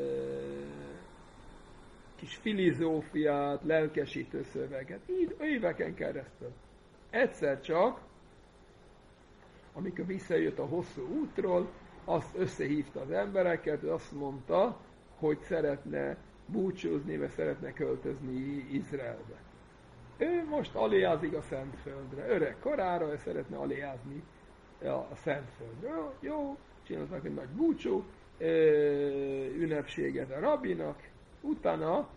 kis filozófiát, lelkesítő szöveget. Így éveken keresztül. Egyszer csak, amikor visszajött a hosszú útról, azt összehívta az embereket, azt mondta, hogy szeretne búcsúzni, mert szeretne költözni Izraelbe. Ő most aléázik a Szentföldre. Öreg korára, ő szeretne aléázni a Szentföldre. Jó, jó, csináltak egy nagy búcsú, ünnepséget a rabbinak, utána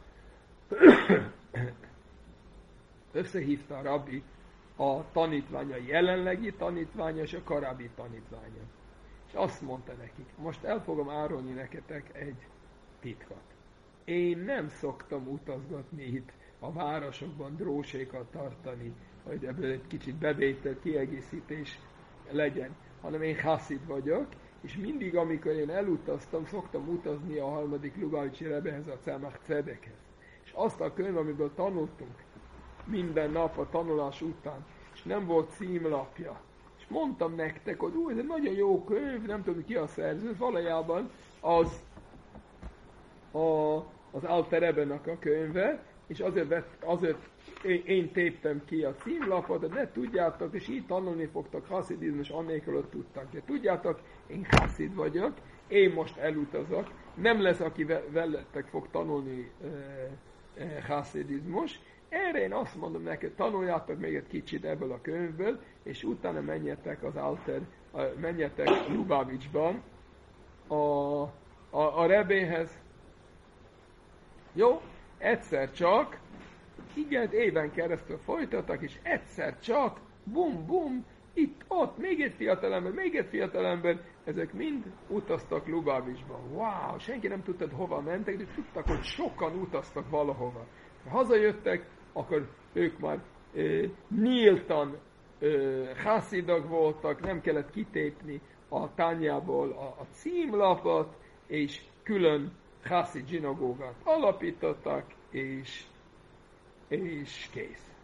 összehívta a rabbi a tanítványa, jelenlegi tanítványa és a korábbi tanítványa. És azt mondta nekik, most el fogom árulni neketek egy titkot. Én nem szoktam utazgatni itt a városokban, drósékat tartani, hogy ebből egy kicsit bevétel, kiegészítés legyen, hanem én haszid vagyok, és mindig, amikor én elutaztam, szoktam utazni a harmadik Lubavicsi Rebbehez, a Tzemach Tzedekhez. És azt a könyv, amiből tanultunk minden nap a tanulás után, és nem volt címlapja. És mondtam nektek, hogy ú, ez egy nagyon jó könyv, nem tudom ki a szerző, valójában az a, az Alter Rebbenek a könyve, és azért, vett, azért én, én téptem ki a címlapot, de ne tudjátok, és így tanulni fogtok haszidizmus, annélkül, hogy tudtak. De tudjátok, én haszid vagyok, én most elutazok, nem lesz, aki veletek fog tanulni e, e, haszidizmus. Erre én azt mondom neked, tanuljátok még egy kicsit ebből a könyvből, és utána menjetek az Alter, menjetek Lubavitchban a, a, a Rebéhez. Jó? Egyszer csak, igen, éven keresztül folytattak, és egyszer csak, bum, bum, itt, ott, még egy fiatalember, még egy fiatalember, ezek mind utaztak Lubavitchba. Wow, senki nem tudta, hova mentek, de tudtak, hogy sokan utaztak valahova. Ha hazajöttek, akkor ők már e, nyíltan e, haszidok voltak, nem kellett kitépni a tányából a, a címlapot, és külön haszid zsinagógát alapítottak, és, és kész.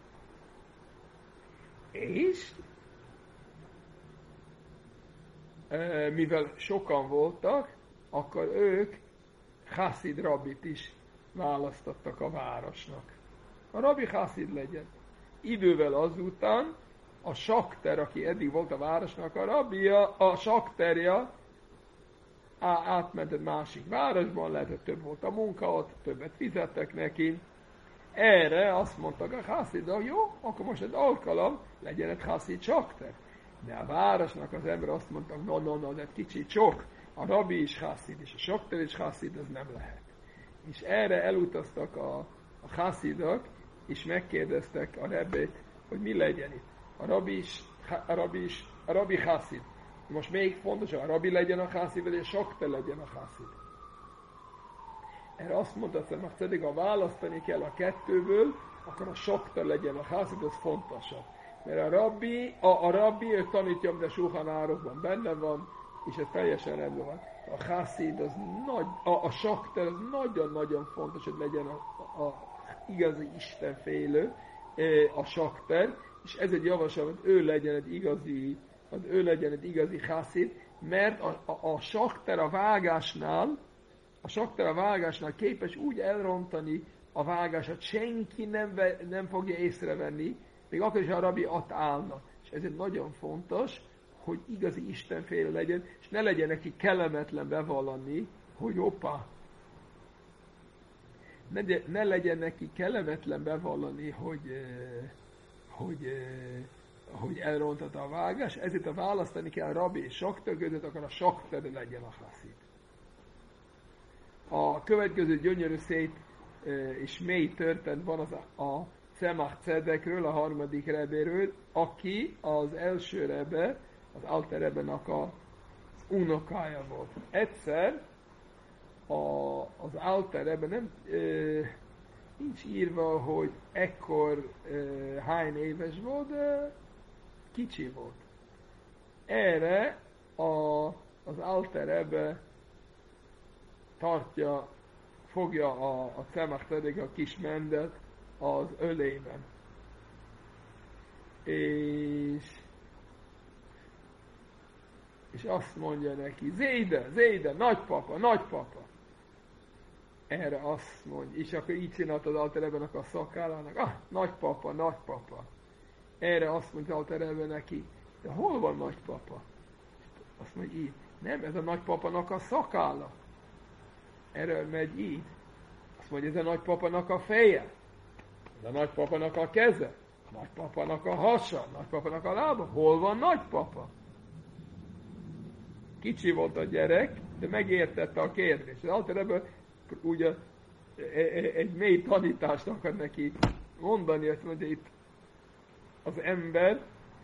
És e, mivel sokan voltak, akkor ők haszid rabbit is választottak a városnak. A rabbi haszid legyen. Idővel azután a sakter, aki eddig volt a városnak a rabbia, a sakterja átment egy másik városban, lehet, hogy több volt a munka, ott többet fizettek neki. Erre azt mondtak a haszidok, jó, akkor most egy alkalom, legyen egy haszid sakter. De a városnak az ember azt mondta, no, no, no, de egy kicsit sok, a rabbi is haszid, és a sakter is haszid, ez nem lehet. És erre elutaztak a, a haszidok, és megkérdeztek a rebbét, hogy mi legyen itt. A rabbi is, a rabbi is, a rabbi Hasid. Most még fontos, a rabbi legyen a Hasid, vagy a Sakter legyen a Hasid. Erre azt mondta, hogy már pedig ha választani kell a kettőből, akkor a Sakter legyen a Hasid, az fontosabb. Mert a rabbi, a, a rabbi, ő tanítja, de Sulchan Aruchban benne van, és ez teljesen rendben van. A Hasid, az nagy, a, a Sakter, az nagyon-nagyon fontos, hogy legyen a, a, a igazi istenfélő, a Sakter, és ez egy javaslat, hogy ő legyen egy igazi, hogy ő legyen egy igazi Hasid, mert a, a, a Sakter a vágásnál, a Sakter a vágásnál képes úgy elrontani a vágását, senki nem, ve, nem fogja észrevenni, még akkor is a rabbi ott állna. És ezért nagyon fontos, hogy igazi istenfélő legyen, és ne legyen neki kellemetlen bevallani, hogy hoppá, ne, ne legyen neki kellemetlen bevallani, hogy, hogy, hogy elrontotta a vágás, ezért a választani kell a rabbi és Sakter között, akkor a Sakter legyen a Hasid. A következő gyönyörű szép és mély történet van az a Tzemach Tzedekről, a harmadik rebéről, aki az első rebe, az Alter Rebbenek az unokája volt. Egyszer a, az Alter Rebbe nem, e, nincs írva, hogy ekkor e, hány éves volt, de kicsi volt. Erre a, az Alter Rebbe tartja, fogja a, a Tzemach Tzedek a kis mendet az ölében. És és azt mondja neki, Zéide, Zéide, nagypapa, nagypapa. Erre azt mondja, és akkor így csinált az Alter Rebbenek a szakállának, ah, nagypapa, nagypapa. Erre azt mondja az Alter Rebbe neki, de hol van nagypapa? Azt mondja így, nem, ez a nagypapanak a szakálla. Erre megy így. Azt mondja, ez a nagypapanak a feje. Ez a nagypapanak a keze. A nagypapanak a hasa. A nagypapanak a lába. Hol van nagypapa? Kicsi volt a gyerek, de megértette a kérdést. Az Alter Rebbe ugye egy mély tanítást akar neki mondani, azt mondja, itt az ember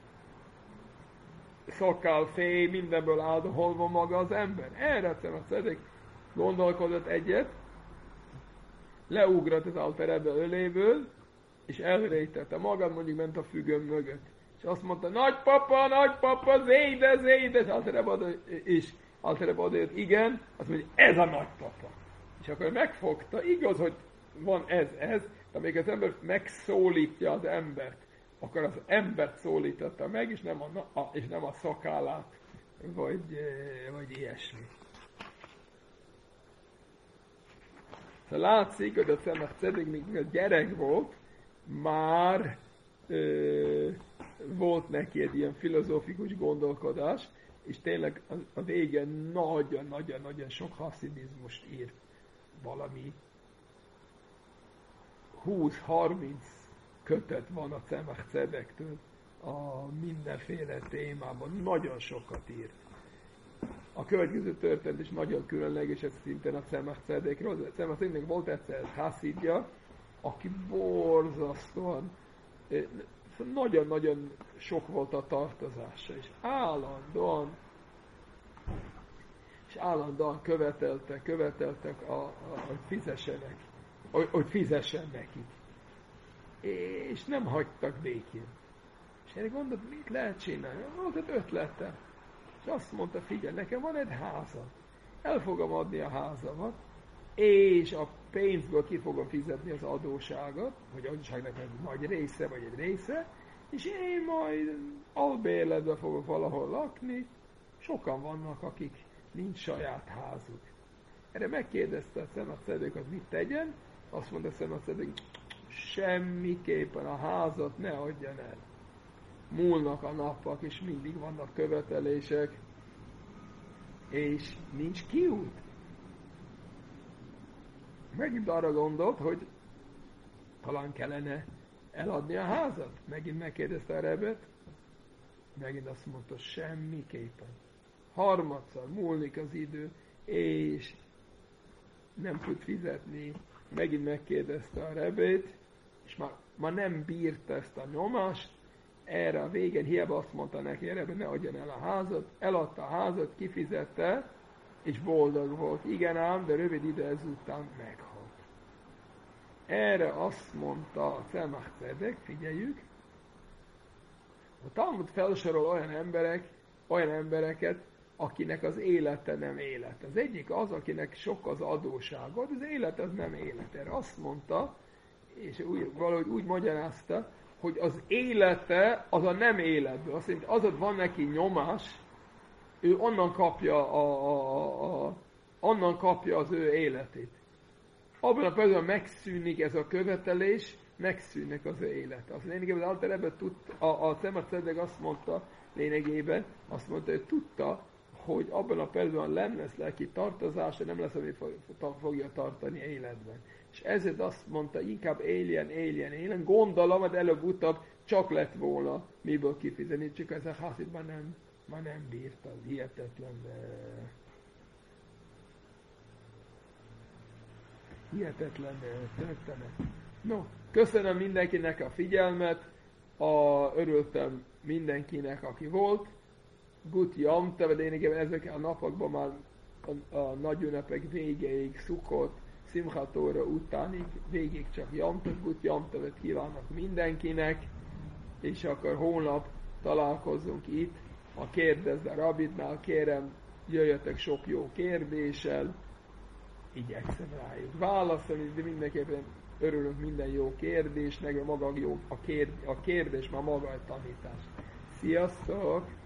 szakál, fej, mindenből áll, hol van maga az ember. Erre a Tzedek gondolkodott egyet, leugrott az Alter Rebbe öléből, és elrejtette magad, mondjuk ment a függöny mögött. És azt mondta, nagypapa, nagypapa, Zéide, Zéide, és Alter Rebbe oda, és Alter Rebbe odajött, igen, azt mondja, ez a nagypapa. És akkor megfogta, igaz, hogy van ez, ez, de még az ember megszólítja az embert, akkor az embert szólította meg, és nem a, a, és nem a szakállát, vagy, vagy ilyesmi. Szóval látszik, hogy a Tzemach Tzedek, még a gyerek volt, már ö, volt neki egy ilyen filozófikus gondolkodás, és tényleg a, a végén nagyon-nagyon-nagyon sok haszidizmust írt. Valami húsz-harminc kötet van a Tzemach Tzedektől a mindenféle témában. Nagyon sokat írt. A következő történet is nagyon különleges, ez szintén a Tzemach Tzedekről. A Tzemach Tzedeknek volt egyszer egy haszidja, aki borzasztóan, nagyon-nagyon sok volt a tartozása, és állandóan, és állandóan követeltek, követeltek, a, a, hogy fizessenek, hogy, hogy fizessen nekik. És nem hagytak békén. És erre gondolt, mit lehet csinálni? Volt egy ötlete. És azt mondta, figyelj, nekem van egy házam. El fogom adni a házamat, és a pénzből ki fogom fizetni az adóságot, hogy adóságnak egy nagy része, vagy egy része, és én majd albérletben fogok valahol lakni. Sokan vannak, akik nincs saját házuk. Erre megkérdezte a Tzemach Tzedek, hogy mit tegyen. Azt mondta a Tzemach Tzedek, semmiképpen a házat ne adjan el. Múlnak a napok, és mindig vannak követelések, és nincs kiút. Megint arra gondolt, hogy talán kellene eladni a házat. Megint megkérdezte a Rebbet, megint azt mondta, semmiképpen. Harmadszor múlik az idő, és nem tud fizetni. Megint megkérdezte a Rebbét, és már ma nem bírta ezt a nyomást, erre a végén hiába azt mondta neki, erre ne adjon el a házat, eladta a házat, kifizette, és boldog volt. Igen ám, de rövid idő ezután meghalt. Erre azt mondta a Tzemach Tzedek, figyeljük, a Talmud felsorol olyan emberek, olyan embereket, akinek az élete nem élet. Az egyik az, akinek sok az adósága, de az élet az nem élet. Erre azt mondta, és úgy, valahogy úgy magyarázta, hogy az élete az a nem életből. Azt mondja, azon van neki nyomás, ő onnan kapja, a, a, a, a, onnan kapja az ő életét. Abban a pillanatban megszűnik ez a követelés, megszűnik az ő élete. Az lényegében az Alter Rebbe tudta, a, a Tzemach Tzedek azt mondta lényegében, azt mondta, hogy tudta, hogy abban a pillanatban nem lesz lelki tartozása, nem lesz, ami fogja tartani életben. És ezért azt mondta, inkább éljen, éljen, éljen. Gondolom, hogy előbb-utóbb csak lett volna miből kifizetni, csak ez a Hasid már nem, már nem bírta, hihetetlen. Hihetetlen történet. No, köszönöm mindenkinek a figyelmet, a, örültem mindenkinek, aki volt. Gut Yom Tov, de lényegében ezek a napokban már a, a nagy ünnepek végéig, Szukot, Szimchat Tóra utánig, végig csak Yom Tov, Gut Yom Tovet kívánok mindenkinek, és akkor holnap találkozunk itt, a Kérdezd a Rabidnál, kérem, jöjjetek sok jó kérdéssel, igyekszem rájuk válaszolni, de mindenképpen örülünk minden jó kérdésnek, maga jó a, kérd, a kérdés, már maga a tanítás. Sziasztok!